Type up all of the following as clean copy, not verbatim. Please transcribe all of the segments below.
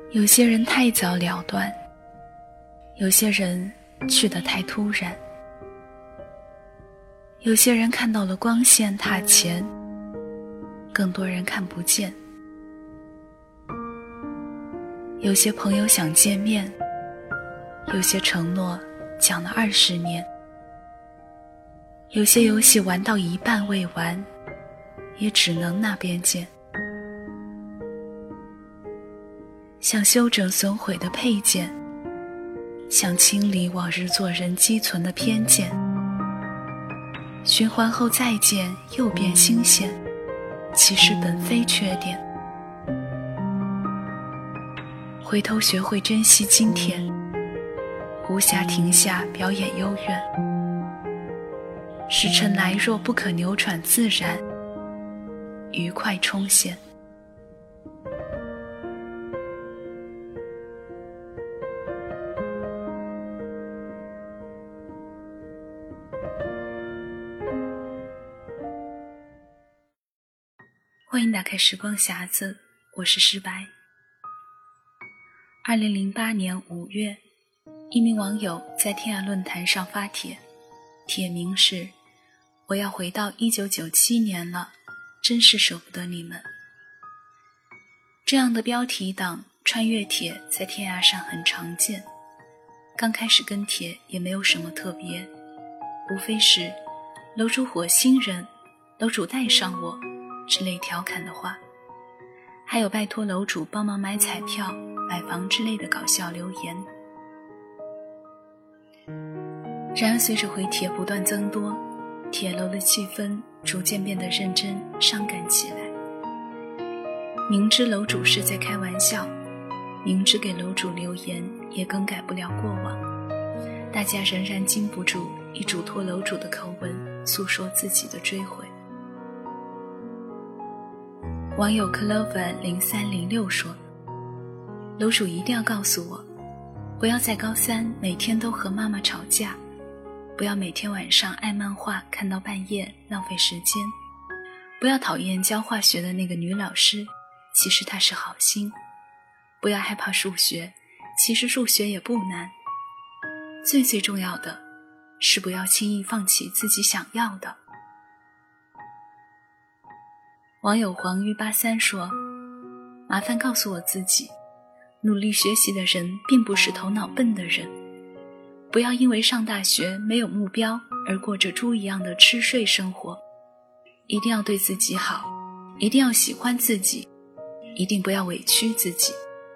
有些人太早了断，有些人去得太突然，有些人看到了光线踏前，更多人看不见。有些朋友想见面，有些承诺讲了20年，有些游戏玩到一半未完，也只能那边见。想修整损毁的配件，想清理往日做人积存的偏见，循环后再见又变新鲜，其实本非缺点。回头学会珍惜今天，无暇停下表演幽怨。时辰来若不可扭转自然，愉快冲现。欢迎打开时光匣子，我是诗白。2008年5月，一名网友在天涯论坛上发帖，帖名是我要回到1997年了，真是舍不得你们。这样的标题党穿越帖在天涯上很常见，刚开始跟帖也没有什么特别，无非是楼主火星人，楼主带上我之类调侃的话，还有拜托楼主帮忙买彩票买房之类的搞笑留言。然而随着回帖不断增多，帖楼的气氛逐渐变得认真伤感起来。明知楼主是在开玩笑，明知给楼主留言也更改不了过往，大家仍然禁不住以嘱托楼主的口吻诉说自己的追悔。网友 Clover0306 说，楼主一定要告诉我，不要在高3每天都和妈妈吵架，不要每天晚上爱漫画看到半夜浪费时间，不要讨厌教化学的那个女老师，其实她是好心，不要害怕数学，其实数学也不难，最重要的是不要轻易放弃自己想要的。网友黄玉83说，麻烦告诉我自己，努力学习的人并不是头脑笨的人，不要因为上大学没有目标而过着猪一样的吃睡生活，一定要对自己好，一定要喜欢自己，一定不要委屈自己。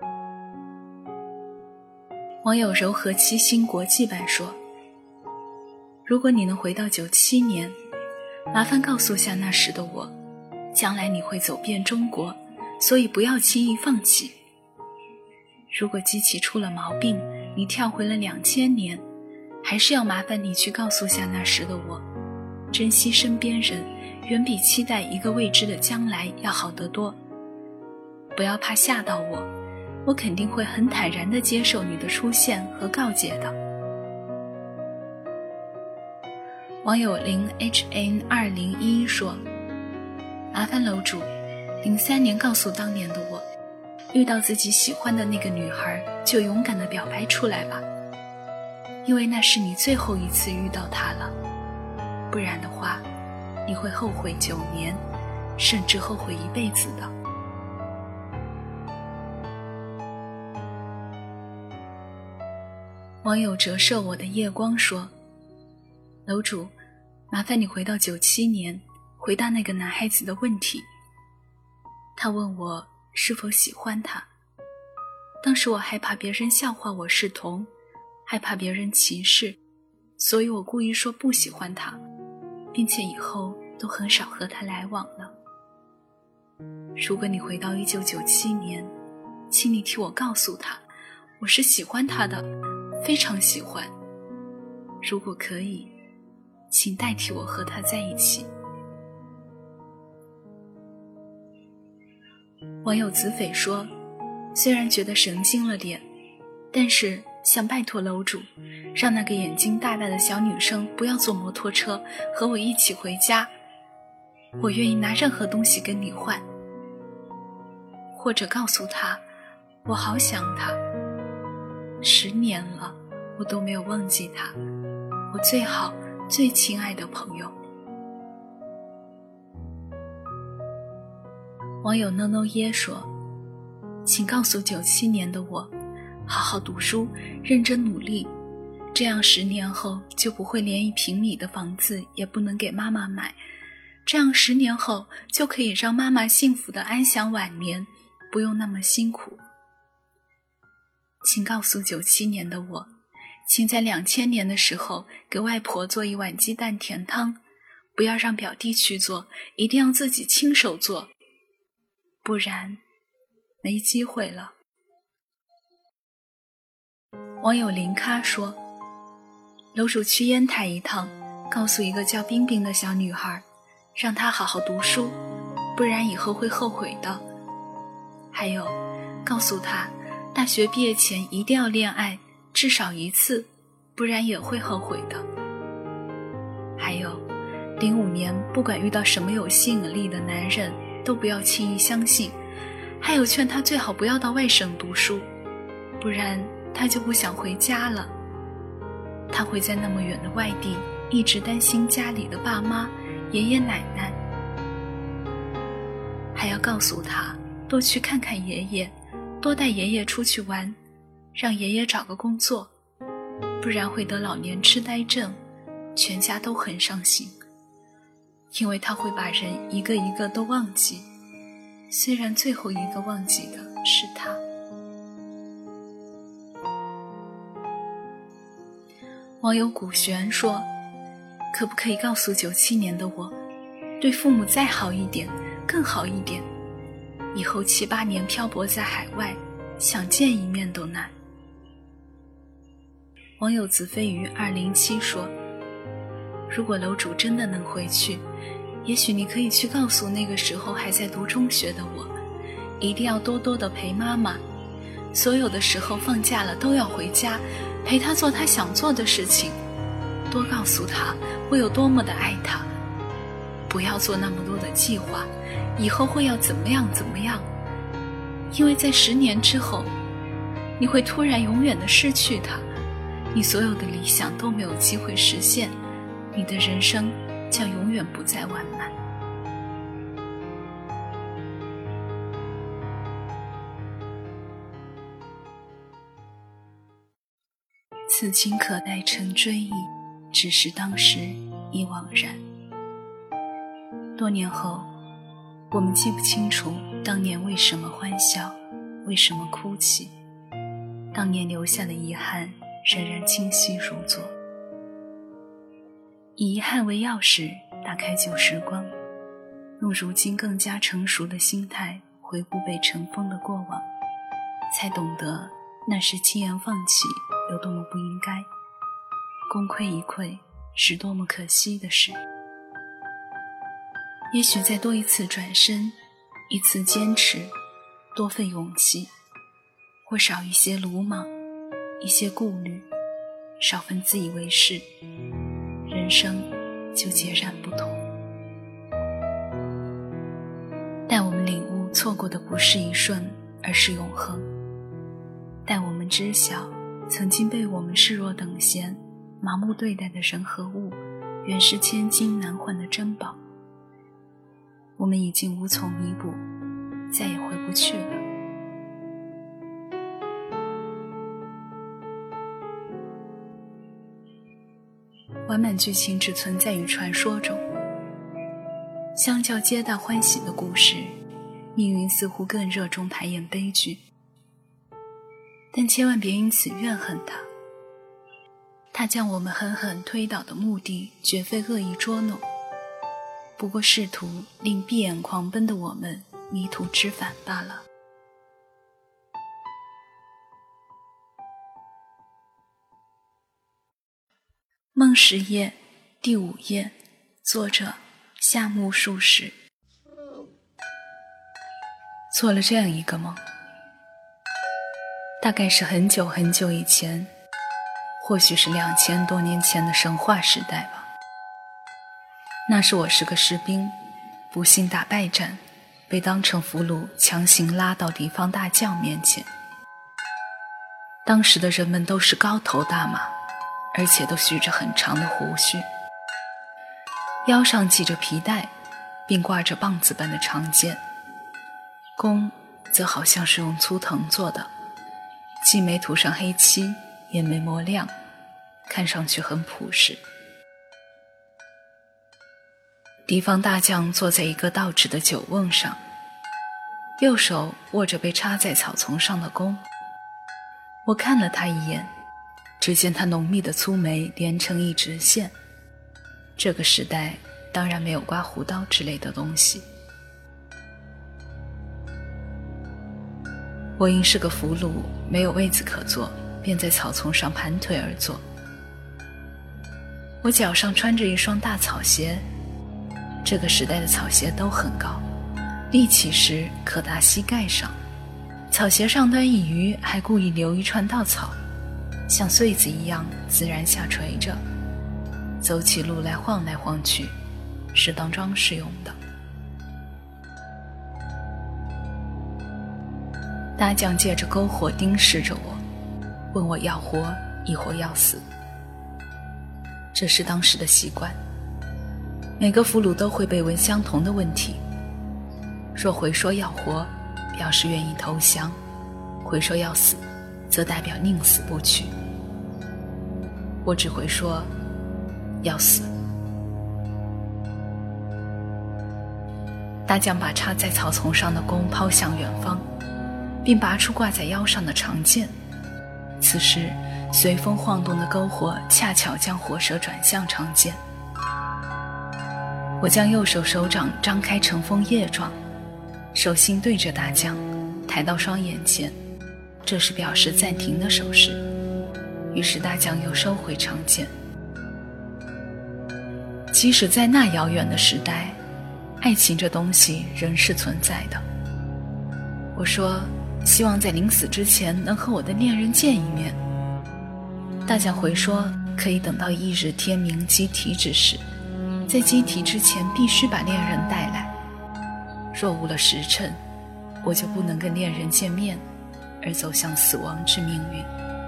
网友柔和七星国际版说，如果你能回到97年，麻烦告诉下那时的我，将来你会走遍中国，所以不要轻易放弃。如果机器出了毛病，你跳回了2000年，还是要麻烦你去告诉下那时的我，珍惜身边人远比期待一个未知的将来要好得多。不要怕吓到我，我肯定会很坦然地接受你的出现和告诫的。网友0HN2011 说，麻烦楼主03年告诉当年的我，遇到自己喜欢的那个女孩就勇敢地表白出来吧，因为那是你最后一次遇到她了，不然的话你会后悔9年，甚至后悔一辈子的。网友折射我的夜光说，楼主麻烦你回到97年，回答那个男孩子的问题。他问我是否喜欢他，当时我害怕别人笑话我是同，害怕别人歧视，所以我故意说不喜欢他，并且以后都很少和他来往了。如果你回到1997年，请你替我告诉他，我是喜欢他的，非常喜欢。如果可以，请代替我和他在一起。网友子斐说，虽然觉得神经了点，但是想拜托楼主，让那个眼睛大大的小女生不要坐摩托车和我一起回家，我愿意拿任何东西跟你换。或者告诉她， 我好想他。10年了，我都没有忘记他，我最好最亲爱的朋友。网友 NoNo 耶说，请告诉97年的我，好好读书，认真努力，这样10年后就不会连1平米的房子也不能给妈妈买，这样10年后就可以让妈妈幸福的安享晚年，不用那么辛苦。请告诉97年的我，请在2000年的时候给外婆做1碗鸡蛋甜汤，不要让表弟去做，一定要自己亲手做，不然没机会了。网友林咖说，楼主去烟台一趟，告诉一个叫冰冰的小女孩，让她好好读书，不然以后会后悔的。还有，告诉她大学毕业前一定要恋爱，至少1次，不然也会后悔的。还有，05年不管遇到什么有吸引力的男人，都不要轻易相信。还有劝他最好不要到外省读书，不然他就不想回家了。他会在那么远的外地，一直担心家里的爸妈、爷爷奶奶。还要告诉他多去看看爷爷，多带爷爷出去玩，让爷爷找个工作，不然会得老年痴呆症，全家都很伤心。因为他会把人一个一个都忘记，虽然最后一个忘记的是他。网友古璇说，可不可以告诉97年的我，对父母再好一点，更好一点，以后7、8年漂泊在海外，想见一面都难。网友子飞鱼207说，如果楼主真的能回去，也许你可以去告诉那个时候还在读中学的我，一定要多多的陪妈妈，所有的时候放假了都要回家，陪她做她想做的事情，多告诉她我有多么的爱她，不要做那么多的计划，以后会要怎么样怎么样，因为在10年之后，你会突然永远的失去她，你所有的理想都没有机会实现，你的人生将永远不再完满。此情可待成追忆，只是当时已惘然。多年后，我们记不清楚当年为什么欢笑，为什么哭泣，当年留下的遗憾仍然清晰如昨。以遗憾为钥匙，打开旧时光，用如今更加成熟的心态回顾被尘封的过往，才懂得那时轻言放弃有多么不应该，功亏一篑是多么可惜的事。也许再多一次转身，一次坚持，多份勇气，或少一些鲁莽，一些顾虑，少份自以为是，人生就截然不同。待我们领悟错过的不是一瞬，而是永恒。待我们知晓曾经被我们视若等闲、麻木对待的人和物，原是千金难换的珍宝。我们已经无从弥补，再也回不去了。完满剧情只存在于传说中，相较皆大欢喜的故事，命运似乎更热衷排演悲剧。但千万别因此怨恨他，他将我们狠狠推倒的目的绝非恶意捉弄，不过试图令闭眼狂奔的我们迷途知返罢了。梦10夜第5夜，作者夏目漱石。做了这样一个梦，大概是很久很久以前，或许是2000多年前的神话时代吧。那时我是个士兵，不幸打败战，被当成俘虏强行拉到敌方大将面前。 当时的人们都是高头大马，而且都蓄着很长的胡须，腰上系着皮带，并挂着棒子般的长剑。弓则好像是用粗藤做的，既没涂上黑漆，也没磨亮，看上去很朴实。敌方大将坐在一个倒直的酒瓮上，右手握着被插在草丛上的弓。我看了他一眼，只见他浓密的粗眉连成一直线。这个时代当然没有刮胡刀之类的东西。我因是个俘虏，没有位子可坐，便在草丛上盘腿而坐。我脚上穿着一双大草鞋，这个时代的草鞋都很高，立起时可达膝盖上。草鞋上端一隅还故意留一串稻草，像穗子一样自然下垂着，走起路来晃来晃去，是当装饰用的。大将借着篝火盯视着我，问我要活亦或要死。这是当时的习惯，每个俘虏都会被问相同的问题。若回说要活，表示愿意投降；回说要死，则代表宁死不屈。我只会说要死。大将把插在草丛上的弓抛向远方，并拔出挂在腰上的长剑。此时随风晃动的篝火恰巧将火舌转向长剑。我将右手手掌张开成枫叶状，手心对着大将，抬到双眼前，这是表示暂停的手势。于是大将又收回长剑。即使在那遥远的时代，爱情这东西仍是存在的。我说希望在临死之前能和我的恋人见一面。大将回说可以等到翌日天明鸡啼之时，在鸡啼之前必须把恋人带来，若误了时辰，我就不能跟恋人见面，而走向死亡之命运。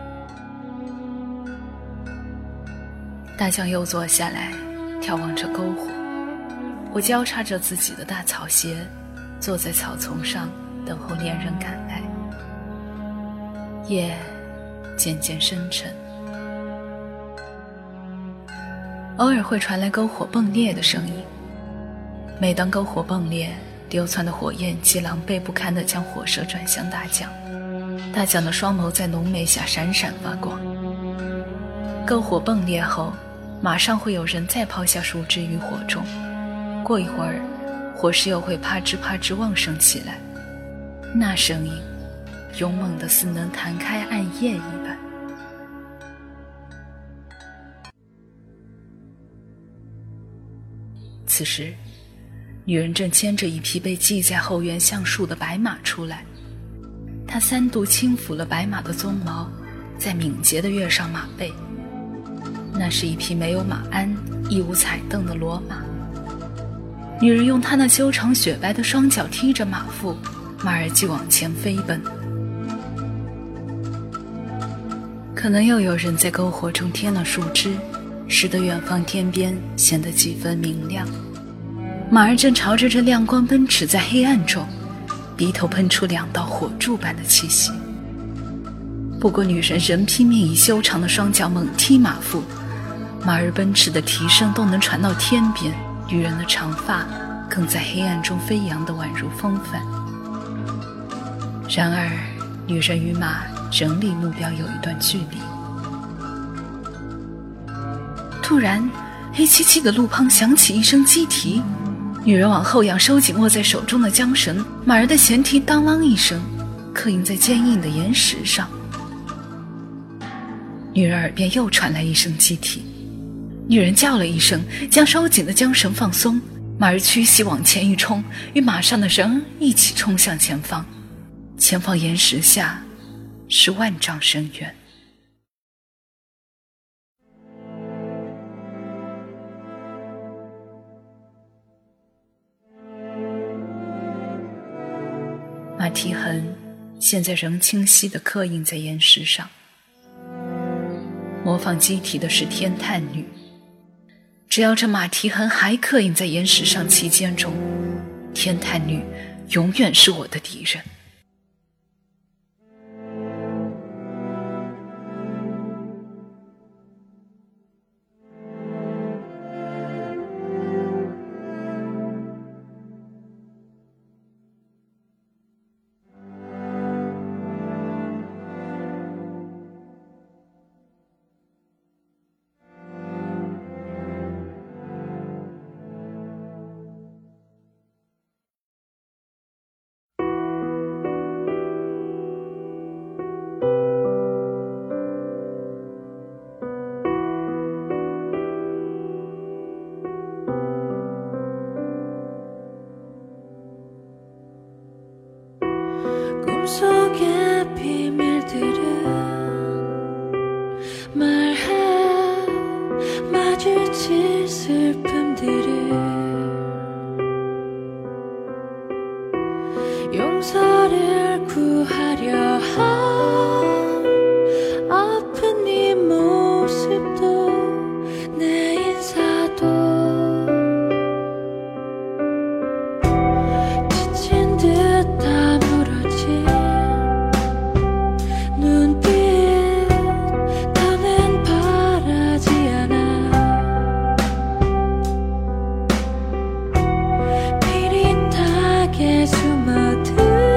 大将又坐下来，眺望着篝火。我交叉着自己的大草鞋，坐在草丛上等候恋人赶来。夜渐渐深沉，偶尔会传来篝火迸裂的声音。每当篝火迸裂，流窜的火焰即狼狈不堪地将火舌转向大将。大将的双眸在浓眉下闪闪发光。篝火迸裂后，马上会有人再抛下树枝于火中，过一会儿，火势又会啪吱啪吱旺盛起来，那声音勇猛的似能弹开暗夜一般。此时，女人正牵着一匹被系在后院橡树的白马出来，她3度轻抚了白马的鬃毛，再敏捷地跃上马背。那是一匹没有马鞍亦无彩蹬的骡马。女人用她那修长雪白的双脚踢着马腹，马儿即往前飞奔。可能又有人在篝火中添了树枝，使得远方天边显得几分明亮。马儿正朝着这亮光奔驰在黑暗中，鼻头喷出2道火柱般的气息。不过女人仍拼命以修长的双脚猛踢马腹，马儿奔驰的蹄声都能传到天边，女人的长发更在黑暗中飞扬得宛如风帆。然而女人与马仍离目标有一段距离。突然，黑漆漆的路旁响起一声鸡啼，女人往后仰，收紧握在手中的缰绳，马儿的前蹄当啷一声，刻印在坚硬的岩石上。女人耳边又传来一声鸡啼，女人叫了一声，将收紧的缰绳放松，马儿屈膝往前一冲，与马上的人一起冲向前方。前方岩石下是万丈深渊。马蹄痕现在仍清晰地刻印在岩石上。 模仿机体的是天探女。只要这马蹄痕还刻印在岩石上期间中，天探女永远是我的敌人。 꿈속의 비밀들은 말해 마주칠 슬픔들을 용서를 구하려 한 아픈 네 모습도 내 인사도 지친 듯 다물어진 눈빛 더는 바라지 않아 비릿하게 숨어든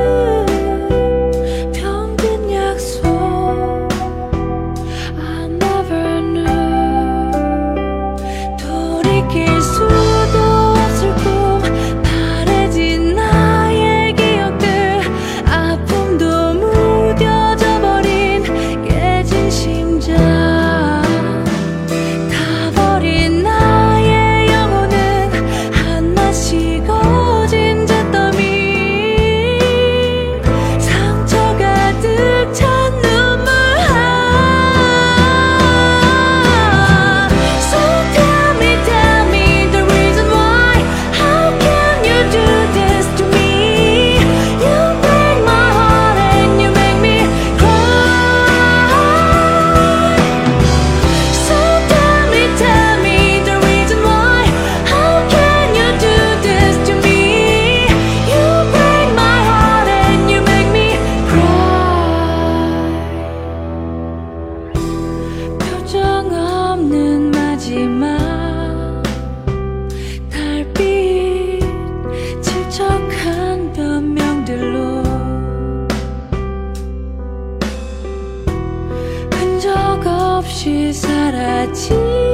병든 약속 I never knew 돌이킬 수도 없을 꿈 바래진 나의 기억들 아픔도 무뎌져 버린 깨진 심장 타버린 나의 영혼은 하나씩 어진 잿더미 상처 가득 찬 눈물 So tell me the reason why How can you do this to me You break my heart and you make me cry So tell me the reason why How can you do this to me You break my heart and you make me cry 표정 없는 마지막 달빛 질척한 변명들로 흔적 없이 사라진